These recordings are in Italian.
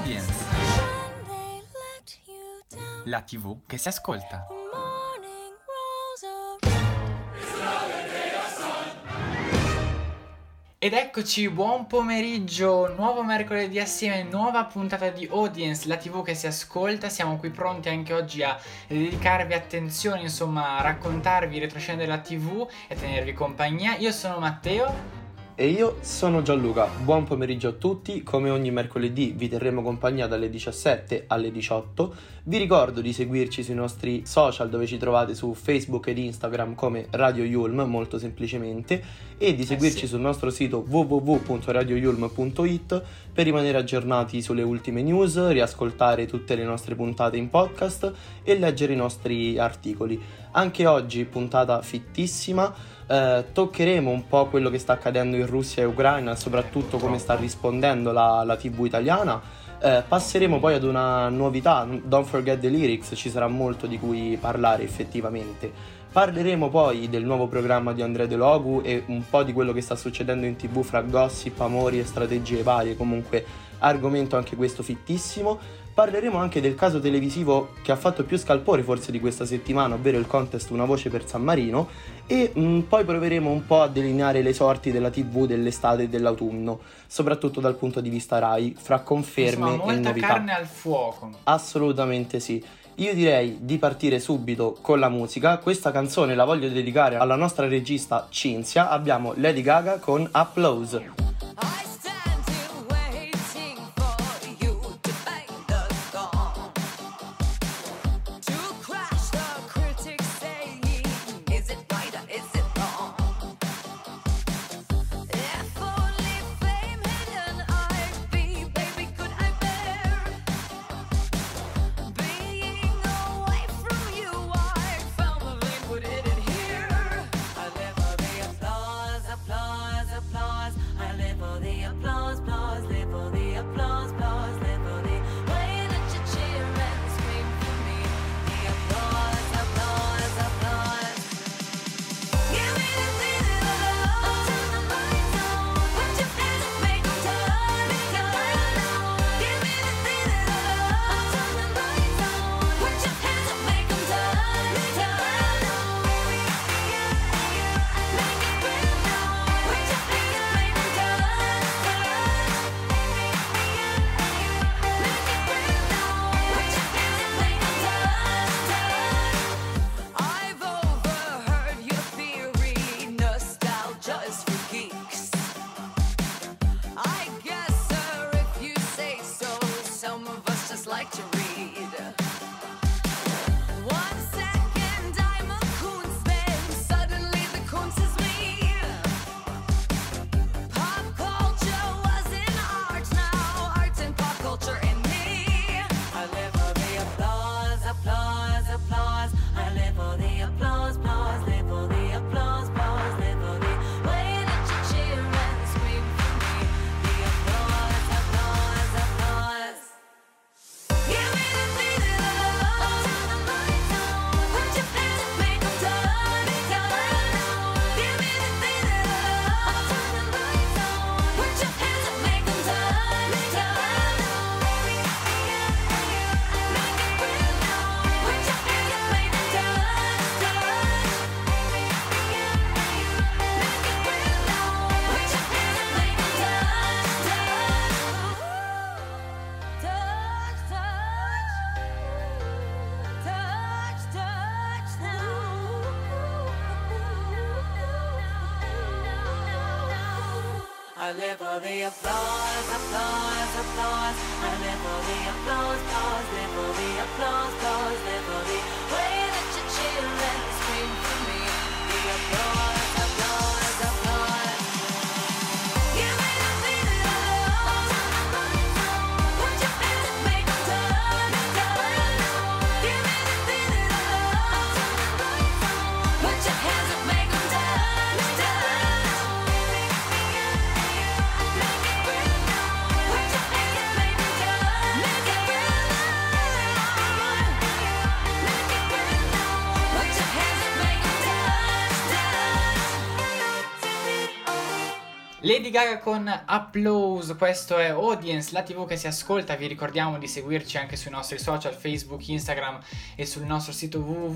Audience, la TV che si ascolta. Ed eccoci, buon pomeriggio, nuovo mercoledì assieme, nuova puntata di Audience, la TV che si ascolta. Siamo qui pronti anche oggi a dedicarvi attenzione, insomma, a raccontarvi retroscena della TV e a tenervi compagnia. Io sono Matteo. E io sono Gianluca, buon pomeriggio a tutti, come ogni mercoledì vi terremo compagnia dalle 17 alle 18, vi ricordo di seguirci sui nostri social dove ci trovate su Facebook ed Instagram come Radio Yulm, molto semplicemente, e di seguirci sul nostro sito www.radioyulm.it per rimanere aggiornati sulle ultime news, riascoltare tutte le nostre puntate in podcast e leggere i nostri articoli. Anche oggi puntata fittissima. Toccheremo un po' quello che sta accadendo in Russia e Ucraina, soprattutto come sta rispondendo la TV italiana. Passeremo poi ad una novità, Don't Forget the Lyrics, ci sarà molto di cui parlare effettivamente. Parleremo poi del nuovo programma di Andrea De Logu e un po' di quello che sta succedendo in TV fra gossip, amori e strategie varie, comunque argomento anche questo fittissimo. Parleremo anche del caso televisivo che ha fatto più scalpore forse di questa settimana, ovvero il contest Una voce per San Marino, e poi proveremo un po' a delineare le sorti della TV dell'estate e dell'autunno, soprattutto dal punto di vista Rai, fra conferme e novità. Molta carne al fuoco. Assolutamente sì. Io direi di partire subito con la musica. Questa canzone la voglio dedicare alla nostra regista Cinzia. Abbiamo Lady Gaga con Applause. I live for the applause, applause, applause. I live for the applause, applause. Live for the applause, applause. Live for the way that you cheer and scream for me. The applause, applause, applause. Give me the feeling of love. Put your hands and make them turn, turn. Give me the feeling of love. Put your hands and make them turn, turn. Put your hands and make them turn. Lady Gaga con Applause, questo è Audience, la TV che si ascolta. Vi ricordiamo di seguirci anche sui nostri social, Facebook, Instagram e sul nostro sito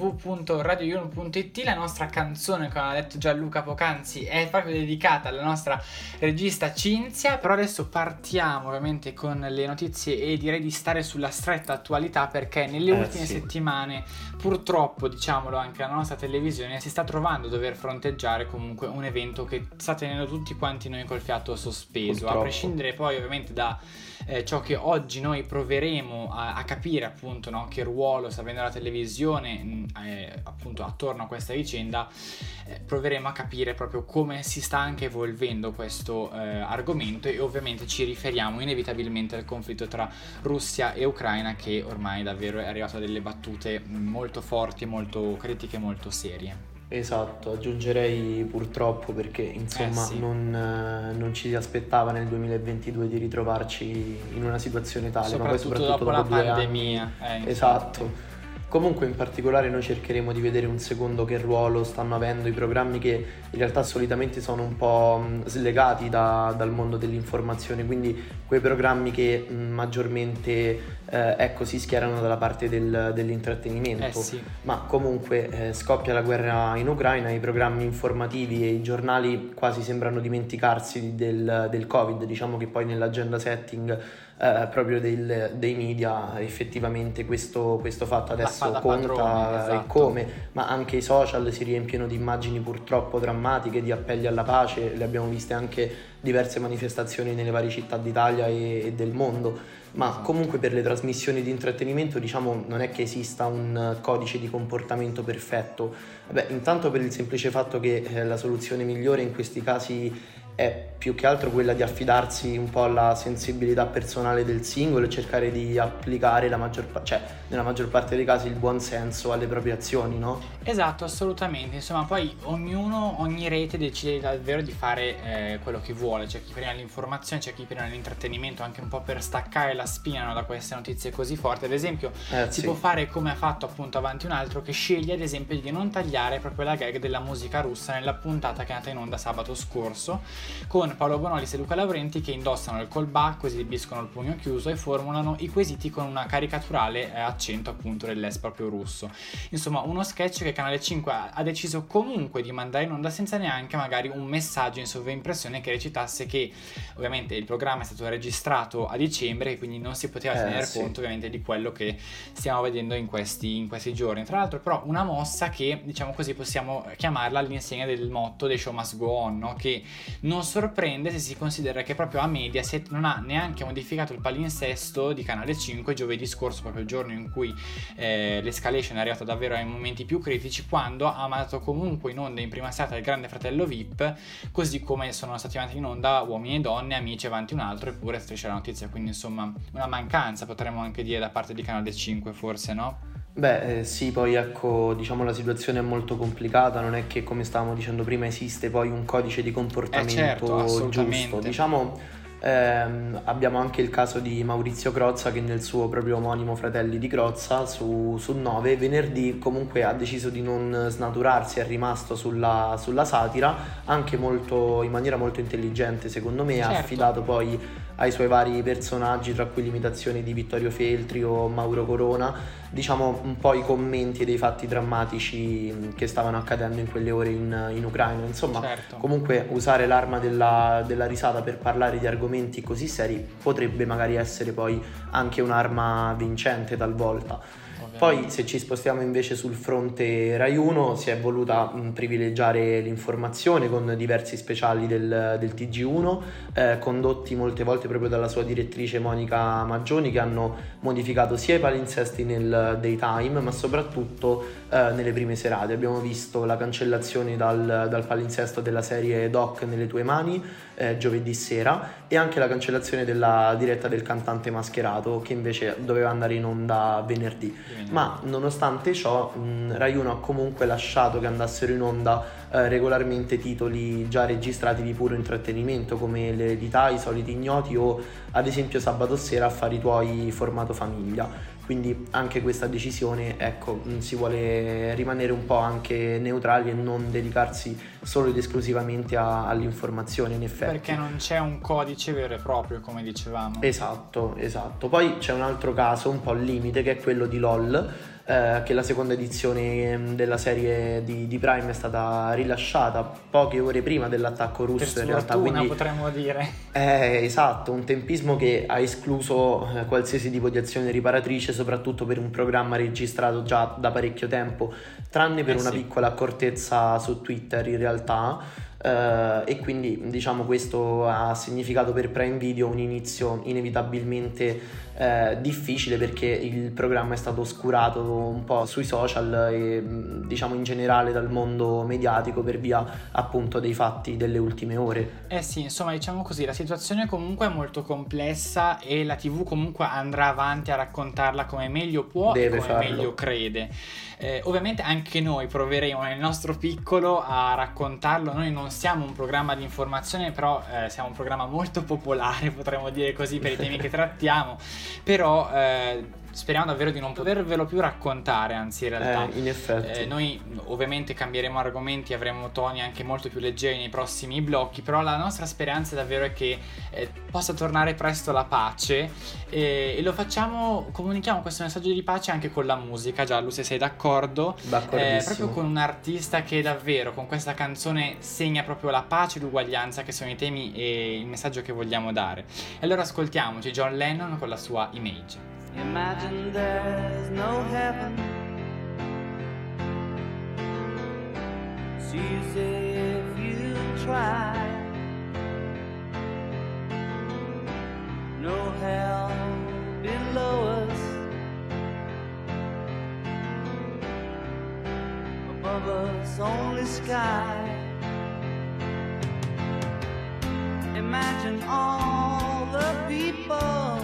www.radioyulm.it. La nostra canzone, come ha detto Gianluca poc'anzi, è proprio dedicata alla nostra regista Cinzia. Però adesso partiamo ovviamente con le notizie e direi di stare sulla stretta attualità, perché nelle ultime settimane purtroppo, diciamolo, anche la nostra televisione si sta trovando a dover fronteggiare comunque un evento che sta tenendo tutti quanti noi col fiato sospeso, purtroppo. A prescindere poi ovviamente da ciò che oggi noi proveremo a capire, appunto, no, che ruolo sta avendo la televisione appunto attorno a questa vicenda. Proveremo a capire proprio come si sta anche evolvendo questo argomento, e ovviamente ci riferiamo inevitabilmente al conflitto tra Russia e Ucraina, che ormai davvero è arrivato a delle battute molto forti, molto critiche, molto serie. Esatto, aggiungerei purtroppo, perché insomma Sì. non ci si aspettava nel 2022 di ritrovarci in una situazione tale, ma poi Soprattutto dopo la 2 pandemia. anni. Esatto. Comunque in particolare noi cercheremo di vedere un secondo che ruolo stanno avendo i programmi che in realtà solitamente sono un po' slegati dal mondo dell'informazione, quindi quei programmi che maggiormente si schierano dalla parte dell'intrattenimento. Sì. Ma comunque scoppia la guerra in Ucraina, i programmi informativi e i giornali quasi sembrano dimenticarsi del Covid. Diciamo che poi nell'agenda setting proprio dei media effettivamente questo fatto adesso da conta, padrone, esatto. E come, ma anche i social si riempiono di immagini purtroppo drammatiche, di appelli alla pace. Le abbiamo viste anche diverse manifestazioni nelle varie città d'Italia e del mondo. Ma comunque per le trasmissioni di intrattenimento, diciamo, non è che esista un codice di comportamento perfetto. Vabbè, intanto per il semplice fatto che la soluzione migliore in questi casi è più che altro quella di affidarsi un po' alla sensibilità personale del singolo e cercare di applicare nella maggior parte dei casi il buon senso alle proprie azioni, no? Esatto, assolutamente. Insomma, poi ogni rete decide davvero di fare quello che vuole. C'è chi prima l'informazione, c'è chi prima l'intrattenimento, anche un po' per staccare la spina, no, da queste notizie così forti. Ad esempio si può fare come ha fatto appunto Avanti un altro, che sceglie ad esempio di non tagliare proprio la gag della musica russa nella puntata che è andata in onda sabato scorso, con Paolo Bonolis e Luca Laurenti che indossano il callback, si esibiscono il pugno chiuso e formulano i quesiti con una caricaturale accento appunto dell'est proprio russo. Insomma, uno sketch che Canale 5 ha deciso comunque di mandare in onda senza neanche magari un messaggio in sovraimpressione che recitasse che ovviamente il programma è stato registrato a dicembre e quindi non si poteva tenere conto ovviamente di quello che stiamo vedendo in questi giorni. Tra l'altro però una mossa che, diciamo così, possiamo chiamarla all'insegna del motto The Show Must Go On, no? Che non sorprende se si considera che proprio a Mediaset non ha neanche modificato il palinsesto di Canale 5 giovedì scorso, proprio il giorno in cui l'escalation è arrivata davvero ai momenti più critici, quando ha mandato comunque in onda in prima serata il Grande Fratello VIP, così come sono stati mandati in onda Uomini e Donne, Amici, Avanti un altro, eppure Striscia la Notizia. Quindi insomma una mancanza, potremmo anche dire, da parte di Canale 5, forse, no? Beh, sì, poi ecco, diciamo la situazione è molto complicata, non è che, come stavamo dicendo prima, esiste poi un codice di comportamento certo, assolutamente. giusto. Diciamo, abbiamo anche il caso di Maurizio Crozza, che nel suo proprio omonimo Fratelli di Crozza su 9 venerdì comunque ha deciso di non snaturarsi, è rimasto sulla satira, anche in maniera molto intelligente secondo me. Certo. Ha affidato poi ai suoi vari personaggi, tra cui l'imitazione di Vittorio Feltri o Mauro Corona, diciamo un po' i commenti dei fatti drammatici che stavano accadendo in quelle ore in Ucraina. Insomma, Certo. comunque usare l'arma della risata per parlare di argomenti così seri potrebbe magari essere poi anche un'arma vincente talvolta. Poi se ci spostiamo invece sul fronte Rai 1, si è voluta privilegiare l'informazione con diversi speciali del TG1, condotti molte volte proprio dalla sua direttrice Monica Maggioni, che hanno modificato sia i palinsesti nel daytime ma soprattutto nelle prime serate. Abbiamo visto la cancellazione dal palinsesto della serie Doc Nelle tue mani giovedì sera, e anche la cancellazione della diretta del cantante mascherato, che invece doveva andare in onda venerdì. Ma nonostante ciò Rai 1 ha comunque lasciato che andassero in onda regolarmente titoli già registrati di puro intrattenimento, come L'eredità, I soliti ignoti o ad esempio sabato sera Affari tuoi formato famiglia. quindi anche questa decisione, ecco, si vuole rimanere un po' anche neutrali e non dedicarsi solo ed esclusivamente all'informazione, in effetti. Perché non c'è un codice vero e proprio, come dicevamo. Esatto. Poi c'è un altro caso un po' al limite, che è quello di LOL, che la seconda edizione della serie di Prime è stata rilasciata poche ore prima dell'attacco russo, Per in realtà, sfortuna, quindi potremmo dire. esatto, un tempismo che ha escluso qualsiasi tipo di azione riparatrice, soprattutto per un programma registrato già da parecchio tempo, tranne per una sì. piccola accortezza su Twitter in realtà. E quindi diciamo questo ha significato per Prime Video un inizio inevitabilmente difficile, perché il programma è stato oscurato un po' sui social e diciamo in generale dal mondo mediatico per via appunto dei fatti delle ultime ore. Sì, insomma, diciamo così, la situazione comunque è molto complessa e la TV comunque andrà avanti a raccontarla come meglio può Deve e come farlo. meglio crede. Ovviamente anche noi proveremo nel nostro piccolo a raccontarlo. Noi non siamo un programma di informazione, però siamo un programma molto popolare, potremmo dire così, per i temi che trattiamo, però speriamo davvero di non potervelo più raccontare, anzi in realtà In effetti. noi ovviamente cambieremo argomenti, avremo toni anche molto più leggeri nei prossimi blocchi, però la nostra speranza davvero è che possa tornare presto la pace, e lo facciamo, comunichiamo questo messaggio di pace anche con la musica. Giallo, se sei d'accordo, D'accordissimo. proprio con un artista che davvero con questa canzone segna proprio la pace e l'uguaglianza, che sono i temi e il messaggio che vogliamo dare. E allora ascoltiamoci John Lennon con la sua Image. Imagine there's no heaven. It's easy if you try. No hell below us. Above us only sky. Imagine all the people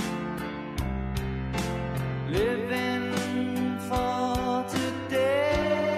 living for today.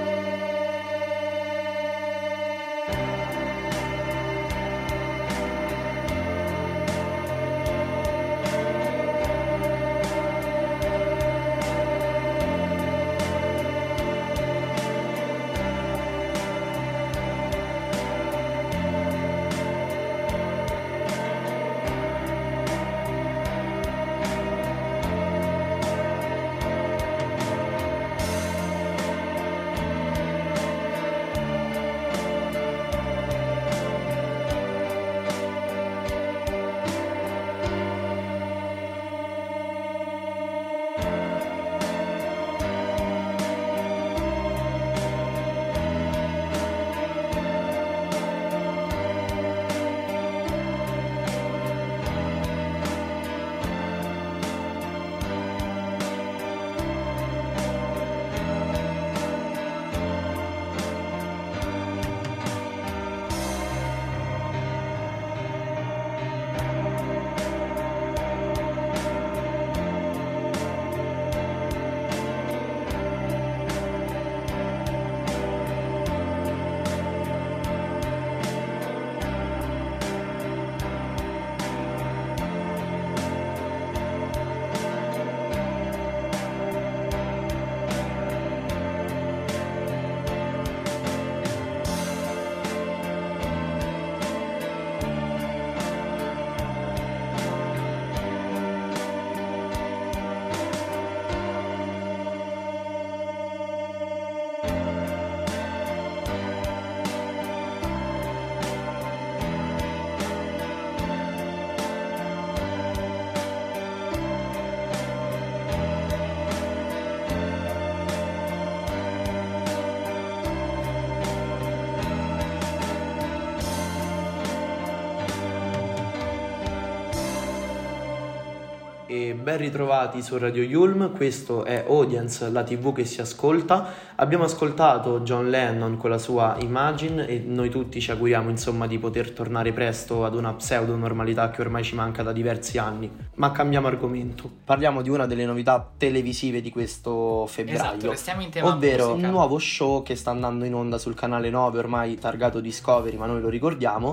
E ben ritrovati su Radio Yulm, questo è Audience, la TV che si ascolta. Abbiamo ascoltato John Lennon con la sua Imagine e noi tutti ci auguriamo insomma di poter tornare presto ad una pseudo normalità che ormai ci manca da diversi anni. Ma cambiamo argomento. Parliamo di una delle novità televisive di questo febbraio. Esatto, restiamo in tema ovvero musica. un nuovo show che sta andando in onda sul canale 9, ormai targato Discovery, ma noi lo ricordiamo,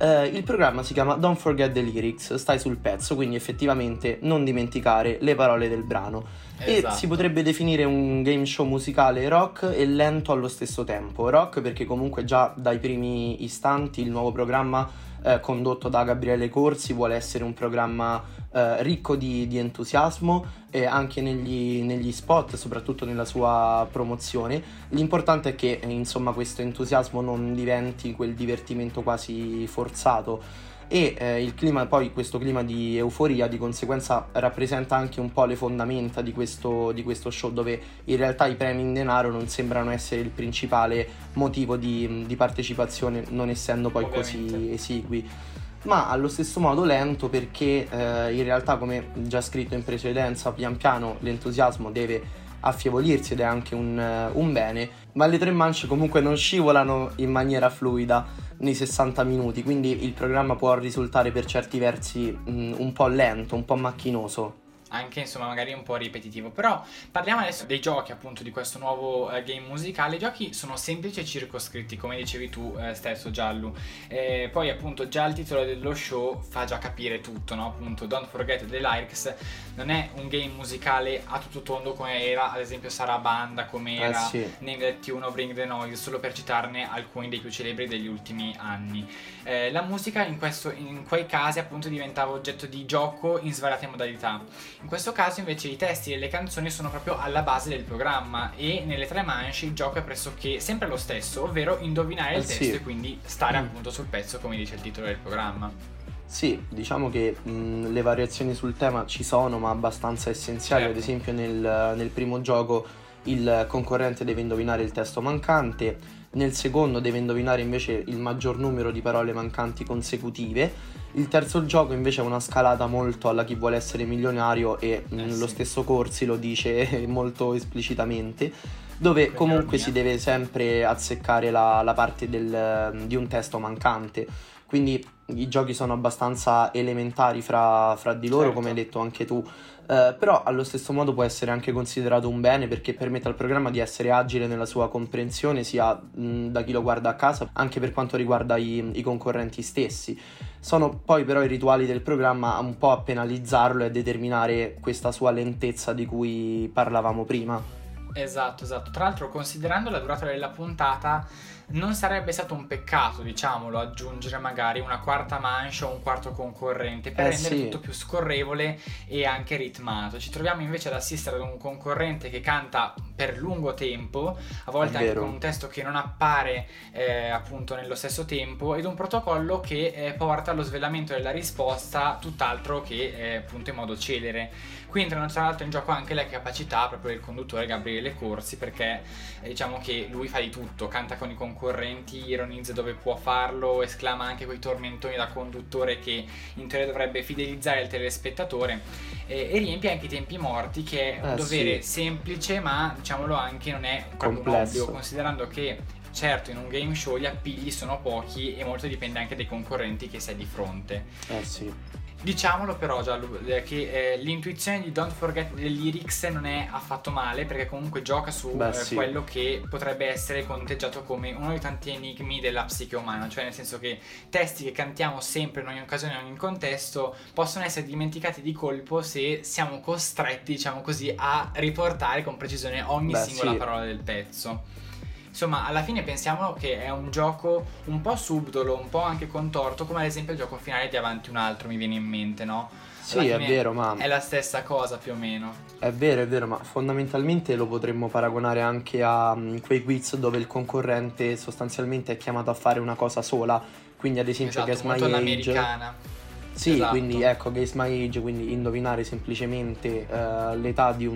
Il programma si chiama Don't Forget the Lyrics, stai sul pezzo, quindi effettivamente non dimenticare le parole del brano. Esatto. E si potrebbe definire un game show musicale rock e lento allo stesso tempo. Rock perché comunque già dai primi istanti il nuovo programma condotto da Gabriele Corsi vuole essere un programma ricco di entusiasmo, e anche negli spot, soprattutto nella sua promozione. L'importante è che insomma questo entusiasmo non diventi quel divertimento quasi forzato, e il clima, poi questo clima di euforia di conseguenza rappresenta anche un po' le fondamenta di questo show, dove in realtà i premi in denaro non sembrano essere il principale motivo di partecipazione, non essendo poi Ovviamente. così esigui, ma allo stesso modo lento perché in realtà, come già scritto in precedenza, pian piano l'entusiasmo deve affievolirsi ed è anche un bene, ma le tre mance comunque non scivolano in maniera fluida nei 60 minuti, quindi il programma può risultare per certi versi un po' lento, un po' macchinoso. Anche insomma magari un po' ripetitivo. Però parliamo adesso dei giochi, appunto, di questo nuovo game musicale. I giochi sono semplici e circoscritti, come dicevi tu stesso, Giallo. Poi appunto già il titolo dello show fa già capire tutto, no? Appunto Don't Forget the Lyrics non è un game musicale a tutto tondo come era ad esempio Sarabanda, come era Sì. Name That Tune o Bring the Noise, solo per citarne alcuni dei più celebri degli ultimi anni. La musica in quei casi appunto diventava oggetto di gioco in svariate modalità. In questo caso invece i testi e le canzoni sono proprio alla base del programma, e nelle tre manche il gioco è pressoché sempre lo stesso, ovvero indovinare il testo Sì. e quindi stare appunto sul pezzo, come dice il titolo del programma. Sì, diciamo che le variazioni sul tema ci sono, ma abbastanza essenziali. Certo. Ad esempio nel primo gioco il concorrente deve indovinare il testo mancante, nel secondo deve indovinare invece il maggior numero di parole mancanti consecutive. Il terzo gioco invece è una scalata molto alla Chi vuole essere milionario, e lo Sì. stesso Corsi lo dice molto esplicitamente, dove Quindi comunque ironia. si deve sempre azzeccare la parte di un testo mancante. Quindi i giochi sono abbastanza elementari fra di loro, Certo. come hai detto anche tu, però allo stesso modo può essere anche considerato un bene, perché permette al programma di essere agile nella sua comprensione, sia da chi lo guarda a casa, anche per quanto riguarda i concorrenti stessi. Sono poi però i rituali del programma un po' a penalizzarlo e a determinare questa sua lentezza di cui parlavamo prima. Esatto. Tra l'altro, considerando la durata della puntata, non sarebbe stato un peccato, diciamolo, aggiungere magari una quarta manche o un quarto concorrente per rendere Sì. tutto più scorrevole e anche ritmato. Ci troviamo invece ad assistere ad un concorrente che canta per lungo tempo, a volte È anche vero. con un testo che non appare appunto nello stesso tempo, ed un protocollo che porta allo svelamento della risposta tutt'altro che appunto in modo celere. Qui entrano tra l'altro in gioco anche le capacità proprio del conduttore Gabriele Corsi, perché diciamo che lui fa di tutto, canta con i concorrenti, ironizza dove può farlo, esclama anche quei tormentoni da conduttore che in teoria dovrebbe fidelizzare il telespettatore, e riempie anche i tempi morti, che è un dovere Sì. semplice, ma diciamolo anche non è proprio un Complesso. obbligo, considerando che certo in un game show gli appigli sono pochi e molto dipende anche dai concorrenti che sei di fronte. Sì. Diciamolo però Giallo, che l'intuizione di Don't Forget the Lyrics non è affatto male, perché comunque gioca su Sì. quello che potrebbe essere conteggiato come uno dei tanti enigmi della psiche umana, cioè nel senso che testi che cantiamo sempre in ogni occasione, in ogni contesto, possono essere dimenticati di colpo se siamo costretti, diciamo così, a riportare con precisione ogni singola Sì. parola del pezzo. Insomma, alla fine pensiamo che è un gioco un po' subdolo, un po' anche contorto, come ad esempio il gioco finale di Avanti un altro, mi viene in mente, no? Sì, Alla è fine vero, ma è la stessa cosa più o meno. è vero, ma fondamentalmente lo potremmo paragonare anche a quei quiz dove il concorrente sostanzialmente è chiamato a fare una cosa sola, quindi ad esempio Esatto, Guess My molto Age. all'americana. Sì, Esatto. quindi ecco, Guess My Age, quindi indovinare semplicemente l'età di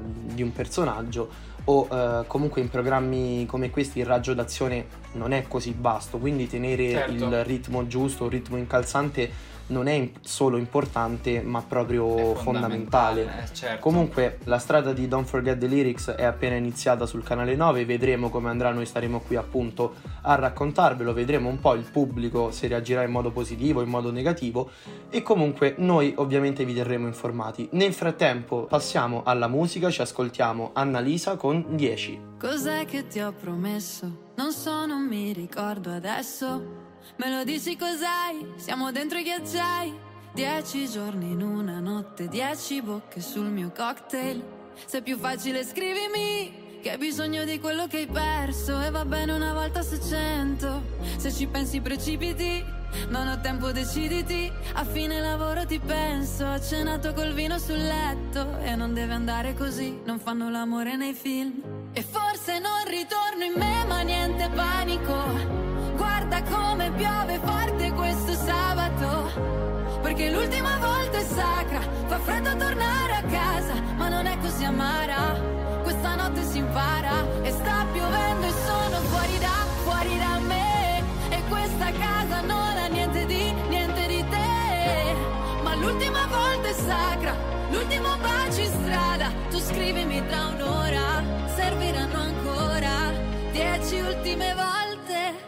un personaggio, o comunque in programmi come questi il raggio d'azione non è così vasto, quindi tenere Certo. il ritmo giusto, un ritmo incalzante non è solo importante, ma proprio È fondamentale. certo. Comunque la strada di Don't Forget the Lyrics è appena iniziata sul canale 9, vedremo come andrà, noi staremo qui appunto a raccontarvelo, vedremo un po' il pubblico se reagirà in modo positivo, in modo negativo, e comunque noi ovviamente vi terremo informati. Nel frattempo passiamo alla musica, ci ascoltiamo Annalisa con 10. Cos'è che ti ho promesso? Non so, non mi ricordo adesso. Me lo dici cos'hai? Siamo dentro i ghiacciai. 10 giorni in una notte, 10 bocche sul mio cocktail. Se è più facile scrivimi che hai bisogno di quello che hai perso. E va bene una volta su 100. Se ci pensi precipiti, non ho tempo, deciditi. A fine lavoro ti penso. Ho cenato col vino sul letto. E non deve andare così, non fanno l'amore nei film. E forse non ritorno in me, ma niente panico. Guarda come piove forte questo sabato. Perché l'ultima volta è sacra. Fa freddo tornare a casa, ma non è così amara. Questa notte si impara. E sta piovendo e sono fuori da me. E questa casa non ha niente di te. Ma l'ultima volta è sacra. L'ultimo bacio in strada. Tu scrivimi tra un'ora. Serviranno ancora 10 ultime volte.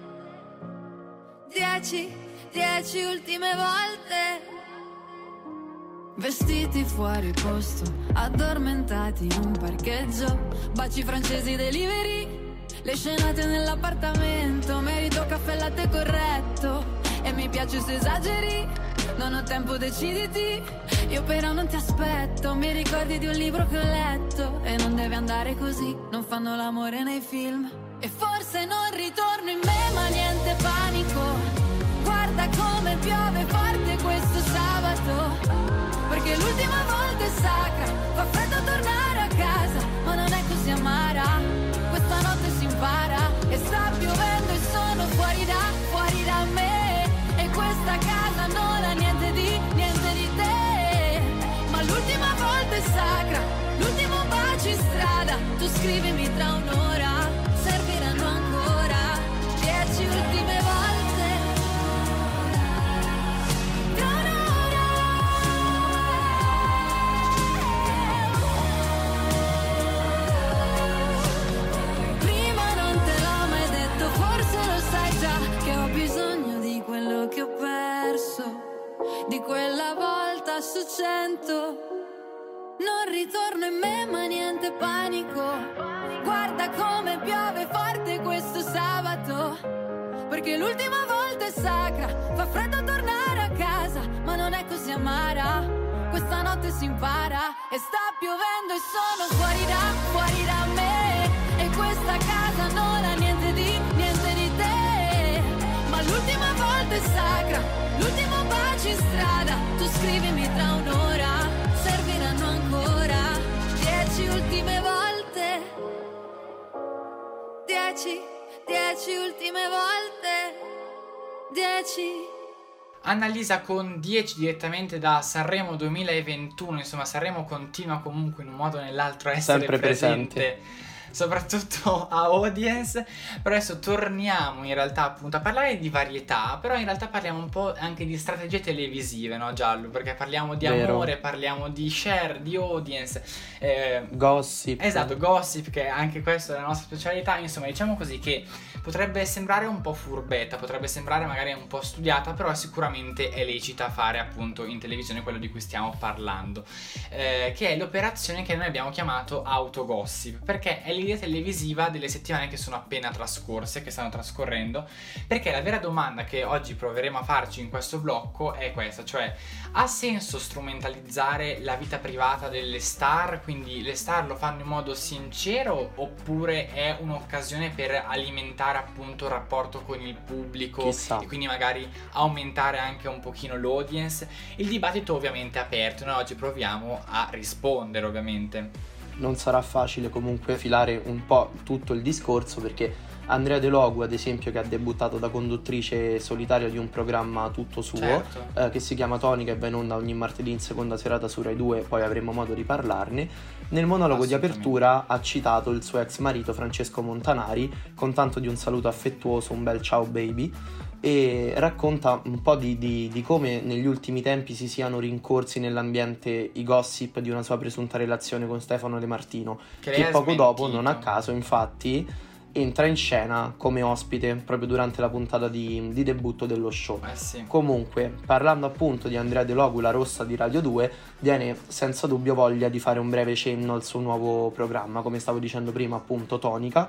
10 ultime volte. Vestiti fuori posto, addormentati in un parcheggio. Baci francesi delivery, le scenate nell'appartamento. Merito caffè latte corretto. E mi piace se esageri. Non ho tempo, deciditi. Io però non ti aspetto. Mi ricordi di un libro che ho letto. E non deve andare così, non fanno l'amore nei film. E forse non ritorno in me, ma niente panico. Guarda come piove forte questo sabato. Perché l'ultima volta è sacra. Fa freddo tornare a casa, ma non è così amara. Questa notte si impara. E sta piovendo e sono fuori da me. E questa casa non ha niente di te. Ma l'ultima volta è sacra. L'ultimo bacio in strada. Tu scrivimi tra un'ora. Serviranno ancora 10 ultime volte. Tra un'ora. Prima non te l'ho mai detto, forse lo sai già, che ho bisogno di quello che ho perso. Di quella volta su 100. Non ritorno in me, ma niente panico. Guarda come piove forte questo sabato. Perché l'ultima volta è sacra. Fa freddo tornare a casa, ma non è così amara. Questa notte si impara. E sta piovendo e sono fuori da me. E questa casa non ha niente di te. Ma l'ultima volta è sacra. L'ultimo bacio in strada. Tu scrivimi tra un'ora. Serviranno ancora 10 ultime volte. 10 ultime volte. 10. Annalisa con 10 direttamente da Sanremo 2021. Insomma, Sanremo continua comunque in un modo o nell'altro a essere Sempre presente. Soprattutto a Audience. Però adesso torniamo in realtà appunto a parlare di varietà. Però in realtà parliamo un po' anche di strategie televisive, no Giallo? Perché parliamo di Vero. amore, parliamo di share, di audience, Gossip. esatto, gossip, che anche questa è la nostra specialità. Insomma, diciamo così che potrebbe sembrare un po' furbetta, potrebbe sembrare magari un po' studiata, però sicuramente è lecita fare appunto in televisione quello di cui stiamo parlando, che è l'operazione che noi abbiamo chiamato autogossip, perché è l'idea televisiva delle settimane che sono appena trascorse, che stanno trascorrendo. Perché la vera domanda che oggi proveremo a farci in questo blocco è questa, cioè: ha senso strumentalizzare la vita privata delle star? Quindi le star lo fanno in modo sincero, oppure è un'occasione per alimentare appunto il rapporto con il pubblico? Chissà. E quindi magari aumentare anche un pochino l'audience? Il dibattito ovviamente è aperto, noi oggi proviamo a rispondere ovviamente. Non sarà facile comunque filare un po' tutto il discorso, perché Andrea De Logu, ad esempio, che ha debuttato da conduttrice solitaria di un programma tutto suo, Certo. che si chiama Tonica e va in onda ogni martedì in seconda serata su Rai 2, poi avremo modo di parlarne. Nel monologo di Assolutamente. apertura ha citato il suo ex marito Francesco Montanari, con tanto di un saluto affettuoso, un bel ciao baby, e racconta un po' di come negli ultimi tempi si siano rincorsi nell'ambiente i gossip di una sua presunta relazione con Stefano De Martino, Che lei che ha poco dopo, smentito. non a caso, infatti, entra in scena come ospite proprio durante la puntata di debutto dello show. Sì. Comunque, parlando appunto di Andrea De Logu, la rossa di Radio 2, viene senza dubbio voglia di fare un breve cenno al suo nuovo programma, come stavo dicendo prima, appunto Tonica,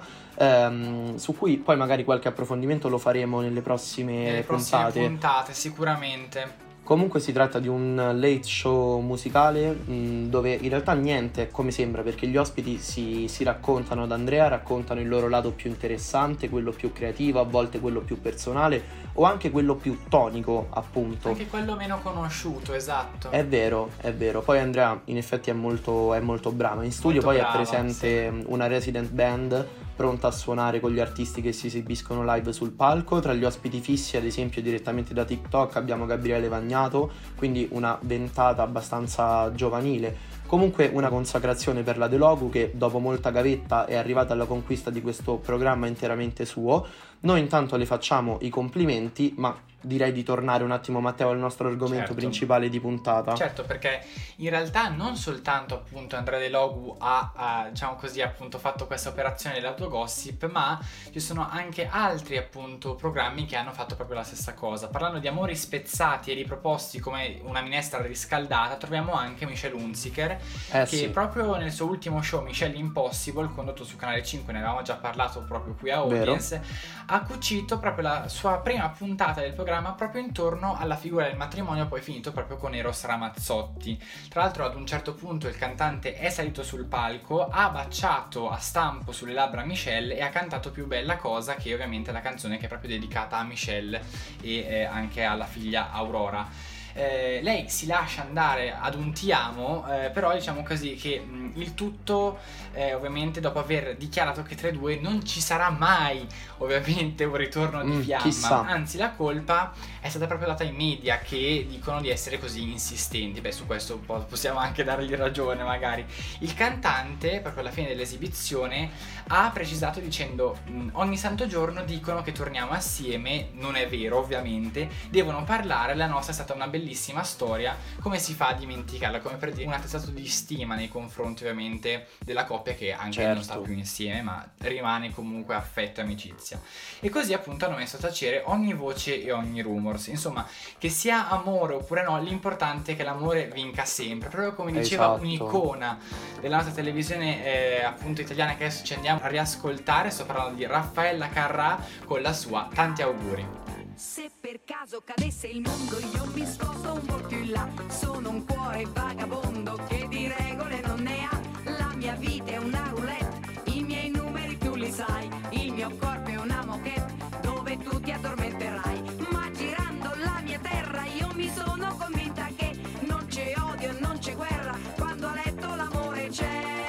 su cui poi magari qualche approfondimento lo faremo nelle prossime puntate sicuramente. Comunque si tratta di un late show musicale dove in realtà niente è come sembra, perché gli ospiti si raccontano ad Andrea, raccontano il loro lato più interessante, quello più creativo, a volte quello più personale o anche quello più tonico, appunto. Anche quello meno conosciuto, esatto. È vero. Poi Andrea in effetti è molto brava. In studio Molto poi brava, è presente sì. una resident band pronta a suonare con gli artisti che si esibiscono live sul palco. Tra gli ospiti fissi, ad esempio direttamente da TikTok, abbiamo Gabriele Vagnato, quindi una ventata abbastanza giovanile. Comunque una consacrazione per la De Logu, che dopo molta gavetta è arrivata alla conquista di questo programma interamente suo. Noi intanto le facciamo i complimenti, ma direi di tornare un attimo, Matteo, al nostro argomento principale di puntata. Certo, perché in realtà non soltanto appunto Andrea De Logu ha diciamo così appunto fatto questa operazione dell'autogossip, ma ci sono anche altri appunto programmi che hanno fatto proprio la stessa cosa. Parlando di amori spezzati e riproposti come una minestra riscaldata, troviamo anche Michelle Hunziker, che sì. proprio nel suo ultimo show Michelle Impossible, condotto su Canale 5, ne avevamo già parlato proprio qui a Audience, ha cucito proprio la sua prima puntata del programma proprio intorno alla figura del matrimonio poi finito proprio con Eros Ramazzotti. Tra l'altro ad un certo punto il cantante è salito sul palco, ha baciato a stampo sulle labbra Michelle e ha cantato Più bella cosa, che ovviamente è la canzone che è proprio dedicata a Michelle e anche alla figlia Aurora. Lei si lascia andare ad un ti amo, però diciamo così che il tutto ovviamente dopo aver dichiarato che tra i due non ci sarà mai ovviamente un ritorno di fiamma, chissà. Anzi la colpa è stata proprio data ai media, che dicono di essere così insistenti. Beh, su questo possiamo anche dargli ragione magari. Il cantante proprio alla fine dell'esibizione ha precisato dicendo: ogni santo giorno dicono che torniamo assieme, non è vero ovviamente, devono parlare, la nostra è stata una bellissima storia, come si fa a dimenticarla, come per dire un attestato di stima nei confronti ovviamente della coppia che anche non sta più insieme, ma rimane comunque affetto e amicizia. E così appunto hanno messo a tacere ogni voce e ogni rumors, insomma, che sia amore oppure no, l'importante è che l'amore vinca sempre, proprio come diceva un'icona della nostra televisione appunto italiana, che adesso ci andiamo a riascoltare. Sto parlando di Raffaella Carrà con la sua Tanti auguri. Se per caso cadesse il mondo, io mi sposto un po' più in là. Sono un cuore vagabondo che di regole non ne ha. La mia vita è una roulette, i miei numeri tu li sai. Il mio corpo è una moquette dove tu ti addormenterai. Ma girando la mia terra io mi sono convinta che non c'è odio, non c'è guerra, quando a letto l'amore c'è.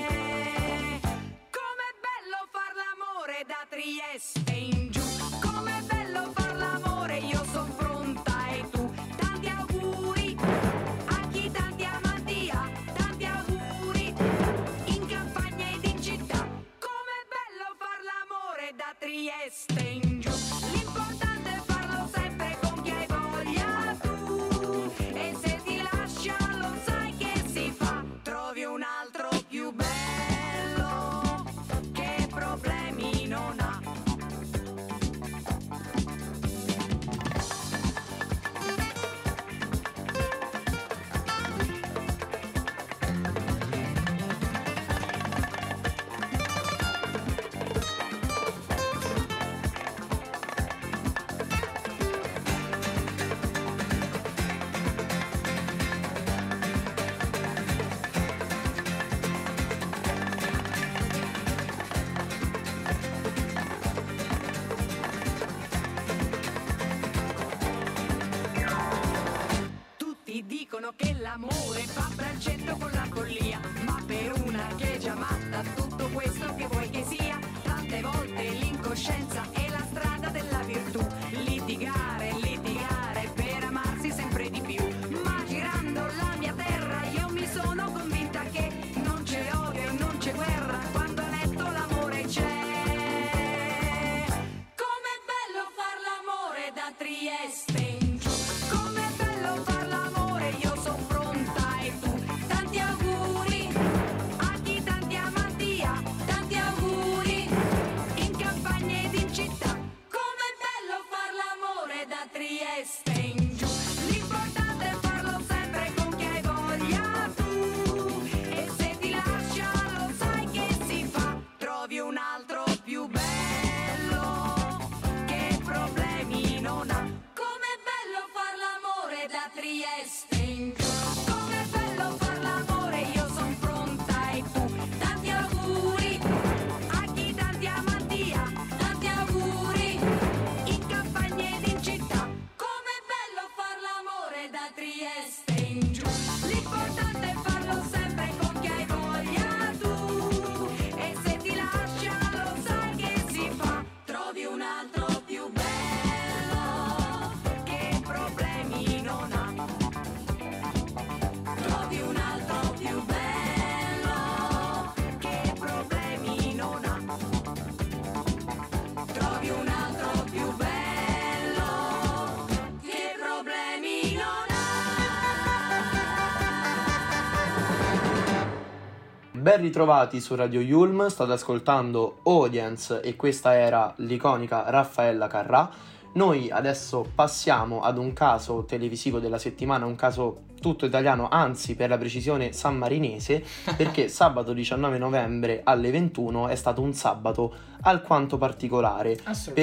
Com'è bello far l'amore da Trieste in giù. Com'è bello far l'amore, io son pronta e tu. Tanti auguri a chi tanti amanti ha, tanti Ben ritrovati su Radio Yulm, state ascoltando Audience e questa era l'iconica Raffaella Carrà. Noi adesso passiamo ad un caso televisivo della settimana, un caso tutto italiano, anzi per la precisione sammarinese, perché sabato 19 novembre alle 21 è stato un sabato alquanto particolare,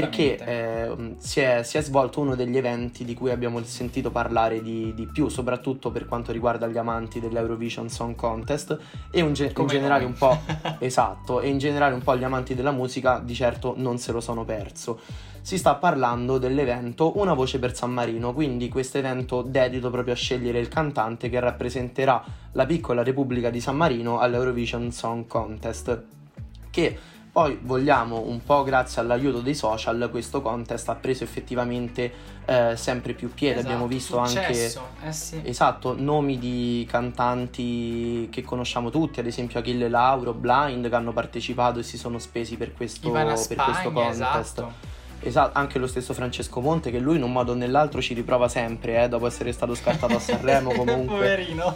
perché si è svolto uno degli eventi di cui abbiamo sentito parlare di più, soprattutto per quanto riguarda gli amanti dell'Eurovision Song Contest e in generale un po' esatto, e in generale un po' gli amanti della musica di certo non se lo sono perso. Si sta parlando dell'evento Una voce per San Marino, quindi questo evento dedito proprio a scegliere il cantante che rappresenterà la piccola Repubblica di San Marino all'Eurovision Song Contest, che poi vogliamo un po' grazie all'aiuto dei social, questo contest ha preso effettivamente sempre più piede. Esatto, abbiamo visto successo. anche Sì. esatto, nomi di cantanti che conosciamo tutti, ad esempio Achille Lauro, Blind, che hanno partecipato e si sono spesi per questo contest. Esatto, anche lo stesso Francesco Monte, che lui in un modo o nell'altro ci riprova sempre, dopo essere stato scartato a Sanremo comunque. Poverino.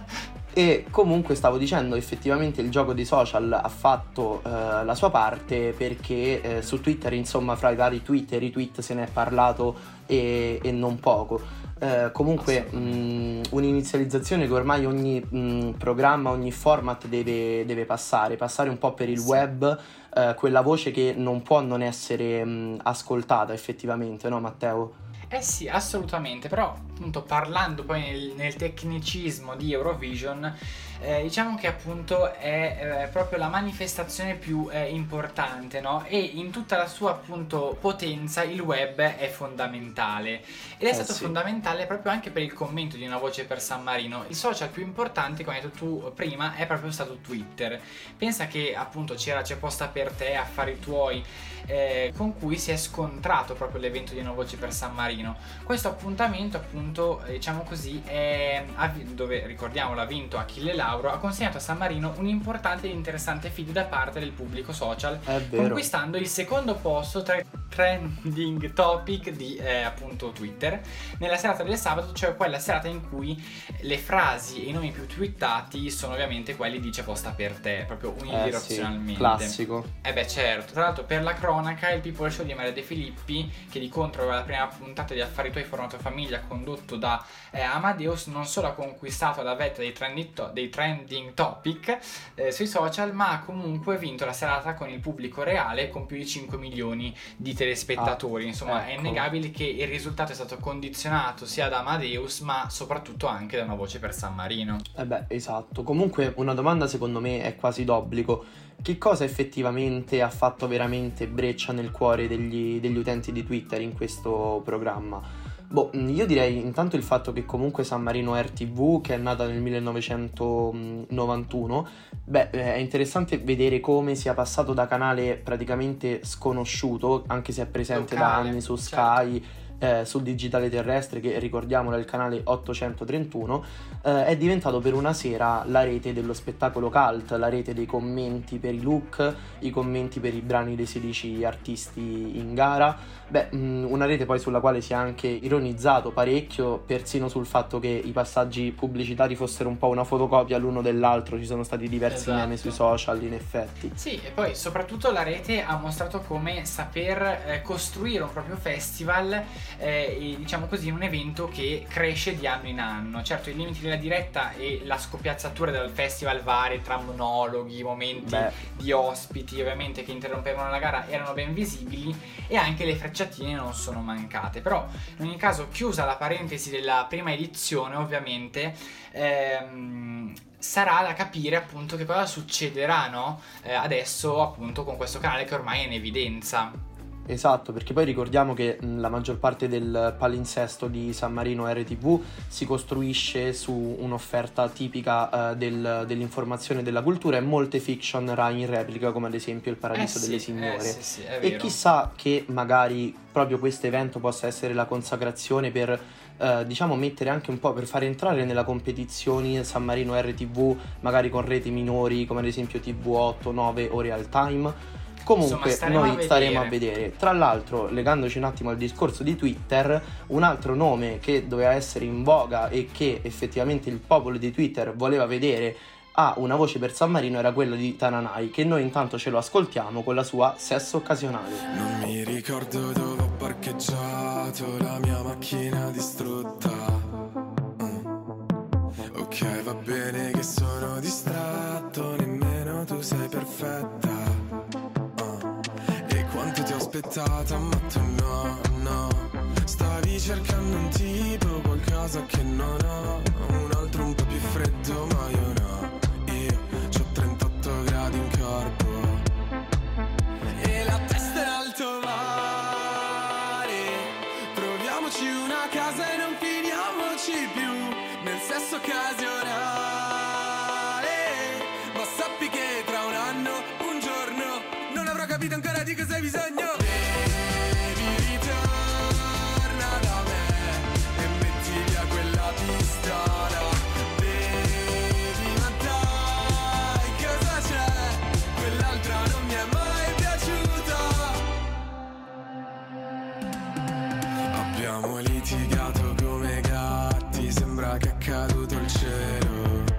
E comunque stavo dicendo, effettivamente il gioco dei social ha fatto la sua parte, perché su Twitter, insomma, fra i vari tweet e retweet se ne è parlato e non poco. Comunque un'inizializzazione che ormai ogni programma, ogni format deve passare un po' per il web, quella voce che non può non essere ascoltata effettivamente, no Matteo? Sì, assolutamente, però appunto parlando poi nel tecnicismo di Eurovision, diciamo che appunto è proprio la manifestazione più importante, no? E in tutta la sua appunto potenza il web è fondamentale, ed è stato fondamentale proprio anche per il commento di Una voce per San Marino. Il social più importante, come hai detto tu prima, è proprio stato Twitter. Pensa che appunto c'è Posta per te, Affari tuoi, con cui si è scontrato proprio l'evento di Una voce per San Marino. Questo appuntamento appunto, diciamo così, dove ricordiamolo ha vinto Achille Lauro, ha consegnato a San Marino un importante ed interessante feed da parte del pubblico social, conquistando il secondo posto tra i trending topic di appunto Twitter nella serata del sabato, cioè quella serata in cui le frasi e i nomi più twittati sono ovviamente quelli di C'è Posta per te, proprio unidirezionalmente. Classico. Certo. Tra l'altro, per la cronaca, il People Show di Maria De Filippi, che di contro aveva la prima puntata di Affari tuoi formato famiglia condotto da Amadeus, non solo ha conquistato la vetta dei trending topic sui social, ma ha comunque vinto la serata con il pubblico reale, con più di 5 milioni di telespettatori. Insomma, è innegabile che il risultato è stato condizionato sia da Amadeus, ma soprattutto anche da Una voce per San Marino. Esatto. Comunque una domanda secondo me è quasi d'obbligo: che cosa effettivamente ha fatto veramente breccia nel cuore degli utenti di Twitter in questo programma? Io direi intanto il fatto che comunque San Marino RTV, che è nata nel 1991, è interessante vedere come sia passato da canale praticamente sconosciuto, anche se è presente da anni su Sky, sul digitale terrestre, che ricordiamolo è il canale 831, è diventato per una sera la rete dello spettacolo cult, la rete dei commenti per i look, i commenti per i brani dei 16 artisti in gara. Una rete poi sulla quale si è anche ironizzato parecchio, persino sul fatto che i passaggi pubblicitari fossero un po' una fotocopia l'uno dell'altro. Ci sono stati diversi meme sui social, in effetti. Sì, e poi soprattutto la rete ha mostrato come saper costruire un proprio festival, diciamo così, un evento che cresce di anno in anno. Certo, i limiti della diretta e la scoppiazzatura del festival varie tra monologhi, momenti di ospiti ovviamente che interrompevano la gara erano ben visibili, e anche le frecciatine non sono mancate. Però in ogni caso, chiusa la parentesi della prima edizione, ovviamente sarà da capire appunto che cosa succederà, no? Adesso appunto con questo canale che ormai è in evidenza. Esatto, perché poi ricordiamo che la maggior parte del palinsesto di San Marino RTV si costruisce su un'offerta tipica dell'informazione e della cultura, e molte fiction Rai in replica, come ad esempio Il Paradiso delle Signore. Sì, è e vero. chissà che magari proprio questo evento possa essere la consacrazione per diciamo mettere anche un po', per fare entrare nella competizione San Marino RTV magari con reti minori come ad esempio TV8, 9 o Real Time. Comunque noi staremo a vedere. Tra l'altro, legandoci un attimo al discorso di Twitter, un altro nome che doveva essere in voga e che effettivamente il popolo di Twitter voleva vedere ha una voce per San Marino era quella di Tananai, che noi intanto ce lo ascoltiamo con la sua Sesso Occasionale. Non mi ricordo dove ho parcheggiato la mia macchina distrutta. Ok, va bene che sono distratto, nemmeno tu sei perfetta. E quanto ti ho aspettata, ma tu no, no. Stavi cercando un tipo, qualcosa che non ho, un altro un po' più freddo, ma io no. Io c'ho 38 gradi in corpo e la testa in alto mare. Proviamoci una casa e non finiamoci più nel sesso occasionale. Ma sappi che tra un anno, un giorno, non avrò capito ancora di cosa hai bisogno. Baby, ritorna da me e metti via quella pistola. Baby, ma dai, cosa c'è? Quell'altra non mi è mai piaciuta. Abbiamo litigato come gatti, sembra che è caduto il cielo.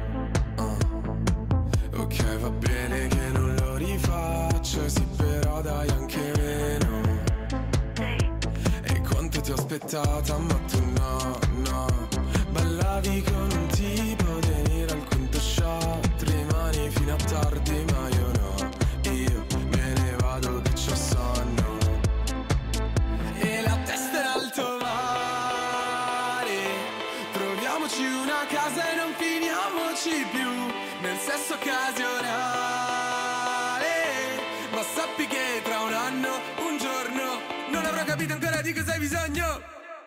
Ok, va bene che non lo rifaccio, sì, però dai anche meno. E quanto ti ho aspettata, ma tu no, no. Ballavi con un tipo, venire al quinto shot, rimani fino a tardi, ma io no. Io me ne vado che c'ho sonno e la testa in alto mare. Proviamoci una casa e non finiamoci più nel sesso occasionale. Ma sappi che tra un anno, un giorno, non avrò capito ancora di cosa hai bisogno.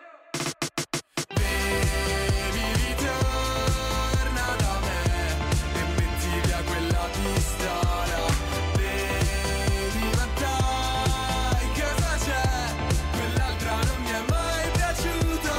Baby, ritorna da me e metti via quella pistola. Baby, ma dai, cosa c'è? Quell'altra non mi è mai piaciuta.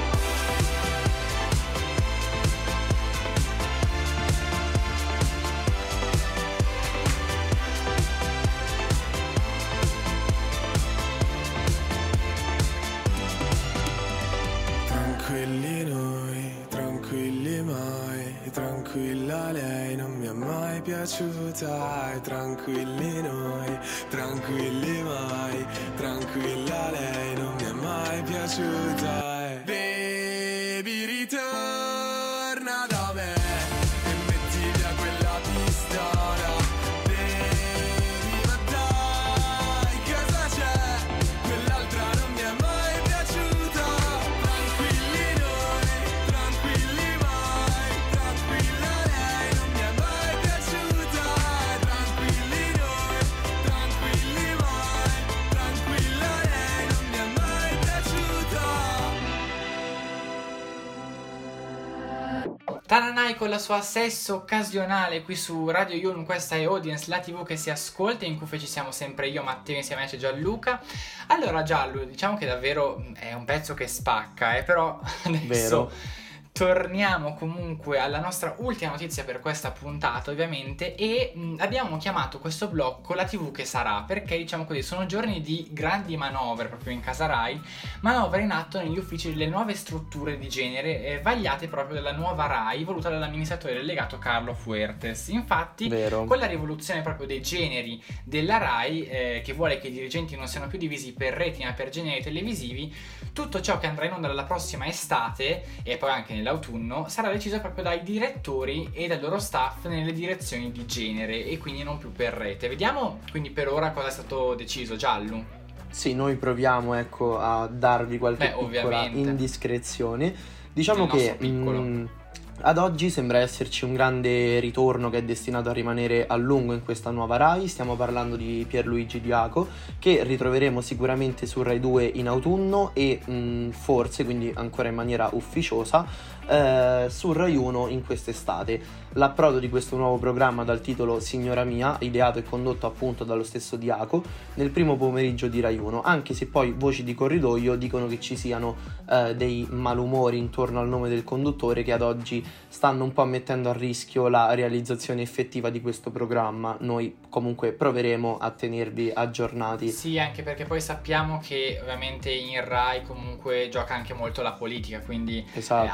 Tranquilli noi, tranquilli mai, tranquilla lei non mi è mai piaciuta. E tranquilli noi, tranquilli mai, tranquilla lei non mi è mai piaciuta. E baby, ritorna da me e metti via quella pistola. Baby, ma dai, cosa c'è? Quell'altra non mi è mai piaciuta. Tranquilli noi, tranquilli mai, tranquilla lei non mi è mai piaciuta. Tranquilli noi, tranquilli mai, tranquilla lei non mi è mai piaciuta. Tananai con la sua Sesso Occasionale qui su Radio Yulm. Questa è Audience, la TV che si ascolta, in cuffia ci siamo sempre io, Matteo, insieme a me c'è Gianluca. Allora Giallo, diciamo che davvero è un pezzo che spacca, però adesso Vero. torniamo comunque alla nostra ultima notizia per questa puntata, ovviamente, e abbiamo chiamato questo blocco La TV che sarà, perché diciamo così sono giorni di grandi manovre proprio in casa Rai, manovre in atto negli uffici delle nuove strutture di genere vagliate proprio dalla nuova Rai, voluta dall'amministratore delegato Carlo Fuertes. Infatti, Vero. con la rivoluzione proprio dei generi della Rai, che vuole che i dirigenti non siano più divisi per reti ma per generi televisivi, tutto ciò che andrà in onda dalla prossima estate e poi anche nell'autunno sarà deciso proprio dai direttori e dal loro staff nelle direzioni di genere e quindi non più per rete. Vediamo quindi per ora cosa è stato deciso, Giallo. Sì, noi proviamo, ecco, a darvi qualche piccola ovviamente. indiscrezione. Diciamo Nel che nostro piccolo. ad oggi sembra esserci un grande ritorno che è destinato a rimanere a lungo in questa nuova Rai. Stiamo parlando di Pierluigi Diaco, che ritroveremo sicuramente su Rai 2 in autunno e forse, quindi ancora in maniera ufficiosa, su Rai 1 in quest'estate. L'approdo di questo nuovo programma dal titolo Signora Mia, ideato e condotto appunto dallo stesso Diaco, nel primo pomeriggio di Rai 1, anche se poi voci di corridoio dicono che ci siano dei malumori intorno al nome del conduttore che ad oggi stanno un po' mettendo a rischio la realizzazione effettiva di questo programma. Noi comunque proveremo a tenervi aggiornati. Sì, anche perché poi sappiamo che ovviamente in Rai comunque gioca anche molto la politica, quindi Esatto. anche questo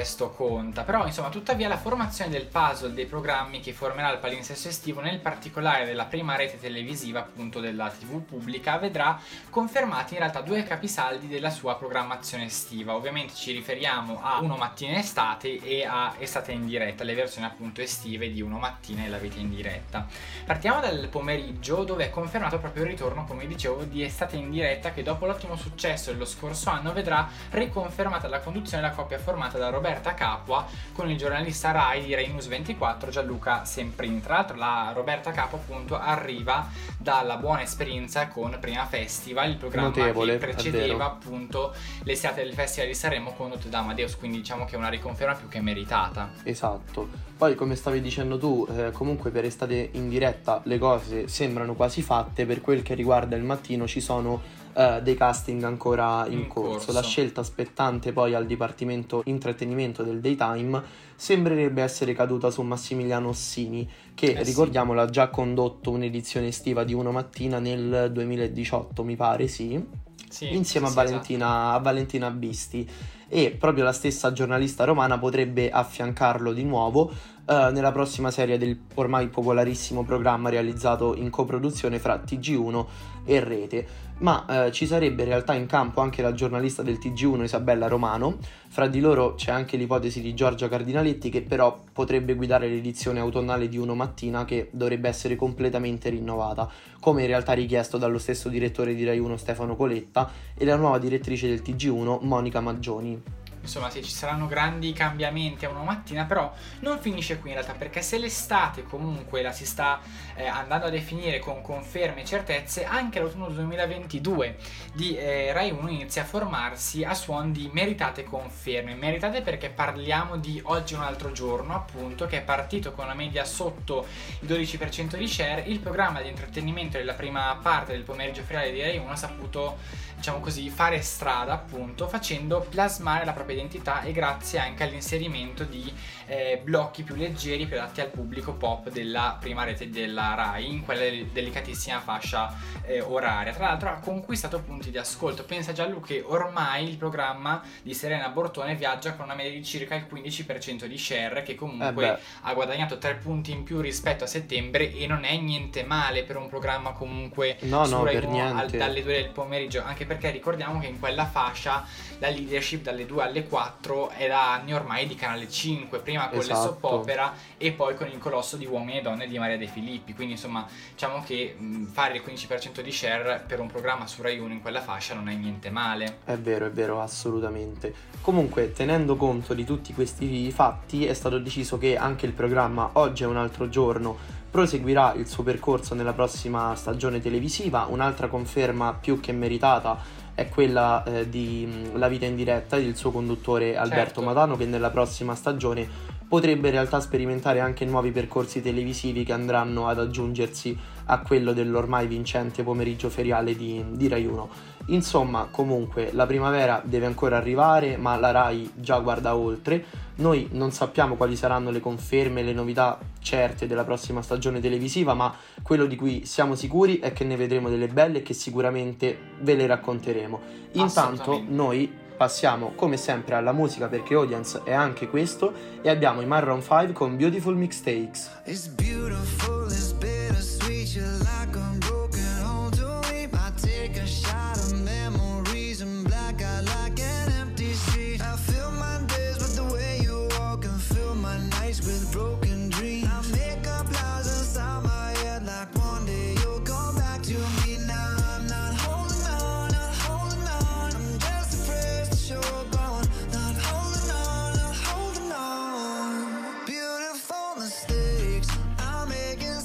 questo conta. Però insomma, tuttavia la formazione del puzzle dei programmi che formerà il palinsesto estivo, nel particolare della prima rete televisiva appunto della TV pubblica, vedrà confermati in realtà 2 capisaldi della sua programmazione estiva. Ovviamente ci riferiamo a Uno Mattina in Estate e a Estate in Diretta, le versioni appunto estive di Uno Mattina e la vita in diretta. Partiamo dal pomeriggio, dove è confermato proprio il ritorno, come dicevo, di Estate in Diretta, che dopo l'ottimo successo dello scorso anno vedrà riconfermata la conduzione la coppia formata da Roberta Capua con il giornalista Rai di Rai News 24 Gianluca Semprin. Tra l'altro la Roberta Capua appunto arriva dalla buona esperienza con Prima Festival, il programma Notevole, che precedeva appunto l'estate del Festival di Sanremo condotto da Amadeus, quindi diciamo che è una riconferma più che meritata. Esatto. Poi, come stavi dicendo tu, comunque per Estate in Diretta le cose sembrano quasi fatte. Per quel che riguarda il mattino ci sono dei casting ancora in corso. La scelta spettante poi al Dipartimento Intrattenimento del Daytime sembrerebbe essere caduta su Massimiliano Ossini, che ricordiamolo ha già condotto un'edizione estiva di Uno Mattina nel 2018, mi pare, insieme a Valentina Bisti, e proprio la stessa giornalista romana potrebbe affiancarlo di nuovo nella prossima serie del ormai popolarissimo programma realizzato in coproduzione fra TG1 e Rete. Ma ci sarebbe in realtà in campo anche la giornalista del TG1 Isabella Romano. Fra di loro c'è anche l'ipotesi di Giorgia Cardinaletti, che però potrebbe guidare l'edizione autunnale di Uno Mattina, che dovrebbe essere completamente rinnovata, come in realtà richiesto dallo stesso direttore di Rai 1 Stefano Coletta e la nuova direttrice del TG1 Monica Maggioni. Insomma, sì, ci saranno grandi cambiamenti a Uno Mattina, però non finisce qui in realtà, perché se l'estate comunque la si sta andando a definire con conferme e certezze, anche l'autunno 2022 di Rai 1 inizia a formarsi a suon di meritate conferme. Meritate perché parliamo di Oggi un altro giorno, appunto, che è partito con una media sotto il 12% di share. Il programma di intrattenimento della prima parte del pomeriggio feriale di Rai 1 ha saputo, diciamo così, fare strada, appunto, facendo plasmare la propria identità e grazie anche all'inserimento di blocchi più leggeri, più adatti al pubblico pop della prima rete della Rai, in quella delicatissima fascia oraria. Tra l'altro ha conquistato punti di ascolto. Pensa Gianlu che ormai il programma di Serena Bortone viaggia con una media di circa il 15% di share, che comunque ha guadagnato 3 punti in più rispetto a settembre, e non è niente male per un programma comunque su Rai 1 dalle 2 del pomeriggio, anche perché ricordiamo che in quella fascia la leadership dalle 2 alle 4 è da anni ormai di Canale 5, prima con le soap opera e poi con il Colosso di Uomini e Donne di Maria De Filippi. Quindi insomma, diciamo che fare il 15% di share per un programma su Rai 1 in quella fascia non è niente male. È vero, assolutamente. Comunque, tenendo conto di tutti questi fatti, è stato deciso che anche il programma Oggi è un altro giorno proseguirà il suo percorso nella prossima stagione televisiva. Un'altra conferma più che meritata è quella di La vita in diretta del suo conduttore Alberto Matano, che nella prossima stagione potrebbe in realtà sperimentare anche nuovi percorsi televisivi che andranno ad aggiungersi a quello dell'ormai vincente pomeriggio feriale di Rai 1. Insomma, comunque, la primavera deve ancora arrivare, ma la Rai già guarda oltre. Noi non sappiamo quali saranno le conferme e le novità certe della prossima stagione televisiva, ma quello di cui siamo sicuri è che ne vedremo delle belle e che sicuramente ve le racconteremo. Intanto noi passiamo come sempre alla musica, perché Audience è anche questo, e abbiamo i Maroon 5 con Beautiful Mistakes. It's beautiful, it's bittersweet, you're like a broken home to me. I take a shot of memories and black out like an empty street. I fill my days with the way you walk and fill my nights with broken dreams. I make up lies inside my head like one day you'll come back to me. Now I'm not holding on, not holding on. I'm just afraid that you're gone. Not holding on, not holding on. Beautiful mistakes I'm making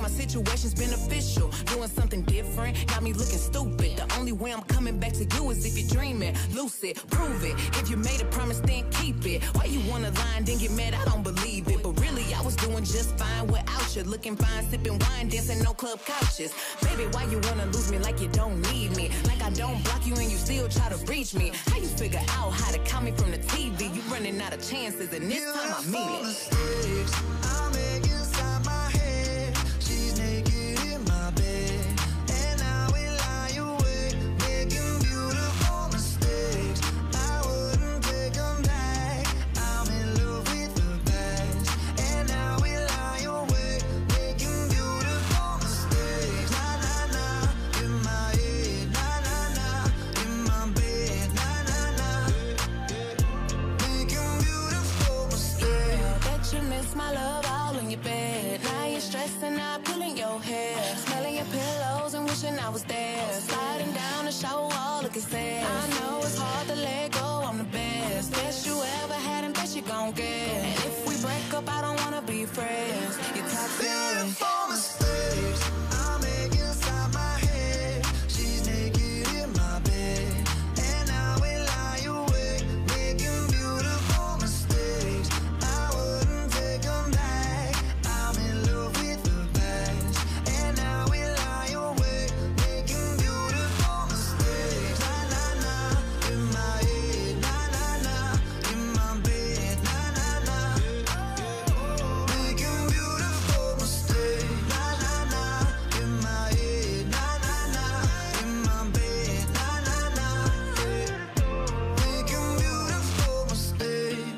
my situation's beneficial. Doing something different, got me looking stupid. The only way I'm coming back to you is if you're dreaming. Lucid, prove it. If you made a promise, then keep it. Why you wanna lie and then get mad? I don't believe it. But really, I was doing just fine without you. Looking fine, sipping wine, dancing no club couches. Baby, why you wanna lose me like you don't need me? Like I don't block you and you still try to reach me. How you figure out how to count me from the TV? You running out of chances and this time I mean it. Mistakes I make inside my head. She's naked in my bed, and I will lie awake, making beautiful mistakes. I wouldn't take them back. I'm in love with the past, and I will lie awake, making beautiful mistakes. Na na na, in my head, na na na, in my bed, na na na, making beautiful mistakes. Bet you miss my love all in your bed. Now you're stressing out, pulling your hair, smelling your pillows and wishing I was there. Sliding down the shower wall, looking sad. I know it's hard to let go, I'm the best you ever had and best you gon' get. And if we break up, I don't wanna be friends. You're toxic. Beautiful mistakes I make inside my head. She's naked in my bed, and I will lie awake, making beautiful mistakes. I wouldn't take them back. I'm in love with the past, and I will lie awake, making beautiful mistakes. Na na na, in my head, na na na, in my bed, na na na, making beautiful mistakes. Na na na, in my head, na na na, in my bed, na na na, making beautiful mistakes.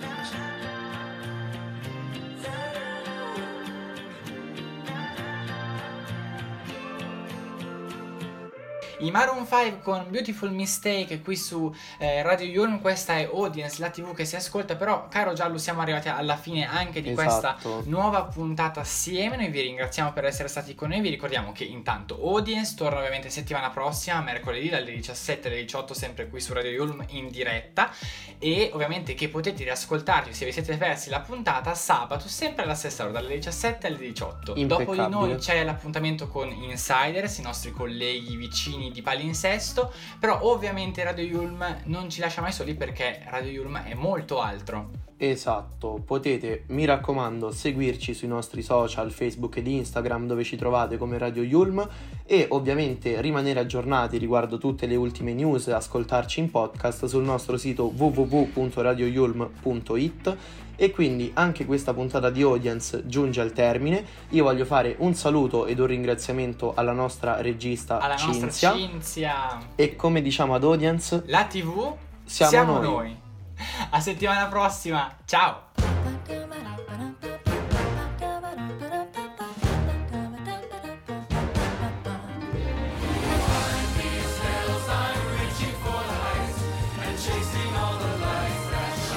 I Maroon 5 con Beautiful Mistake qui su Radio Yulm. Questa è Audience, la TV che si ascolta. Però, caro Giallo, siamo arrivati alla fine anche di questa nuova puntata assieme. Noi vi ringraziamo per essere stati con noi. Vi ricordiamo che intanto Audience torna ovviamente settimana prossima, mercoledì dalle 17 alle 18, sempre qui su Radio Yulm in diretta. E ovviamente che potete riascoltarci se vi siete persi la puntata sabato, sempre alla stessa ora, dalle 17 alle 18. Dopo di noi c'è l'appuntamento con Insiders, i nostri colleghi vicini di palinsesto. Però ovviamente Radio Yulm non ci lascia mai soli, perché Radio Yulm è molto altro. Esatto, potete, mi raccomando, seguirci sui nostri social Facebook ed Instagram, dove ci trovate come Radio Yulm, e ovviamente rimanere aggiornati riguardo tutte le ultime news e ascoltarci in podcast sul nostro sito www.radioyulm.it. E quindi anche questa puntata di Audience giunge al termine. Io voglio fare un saluto ed un ringraziamento alla nostra regista Cinzia. E come diciamo ad Audience, la TV siamo noi. A settimana prossima, ciao!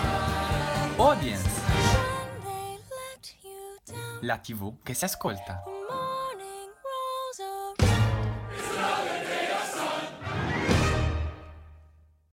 Audience, la TV che si ascolta.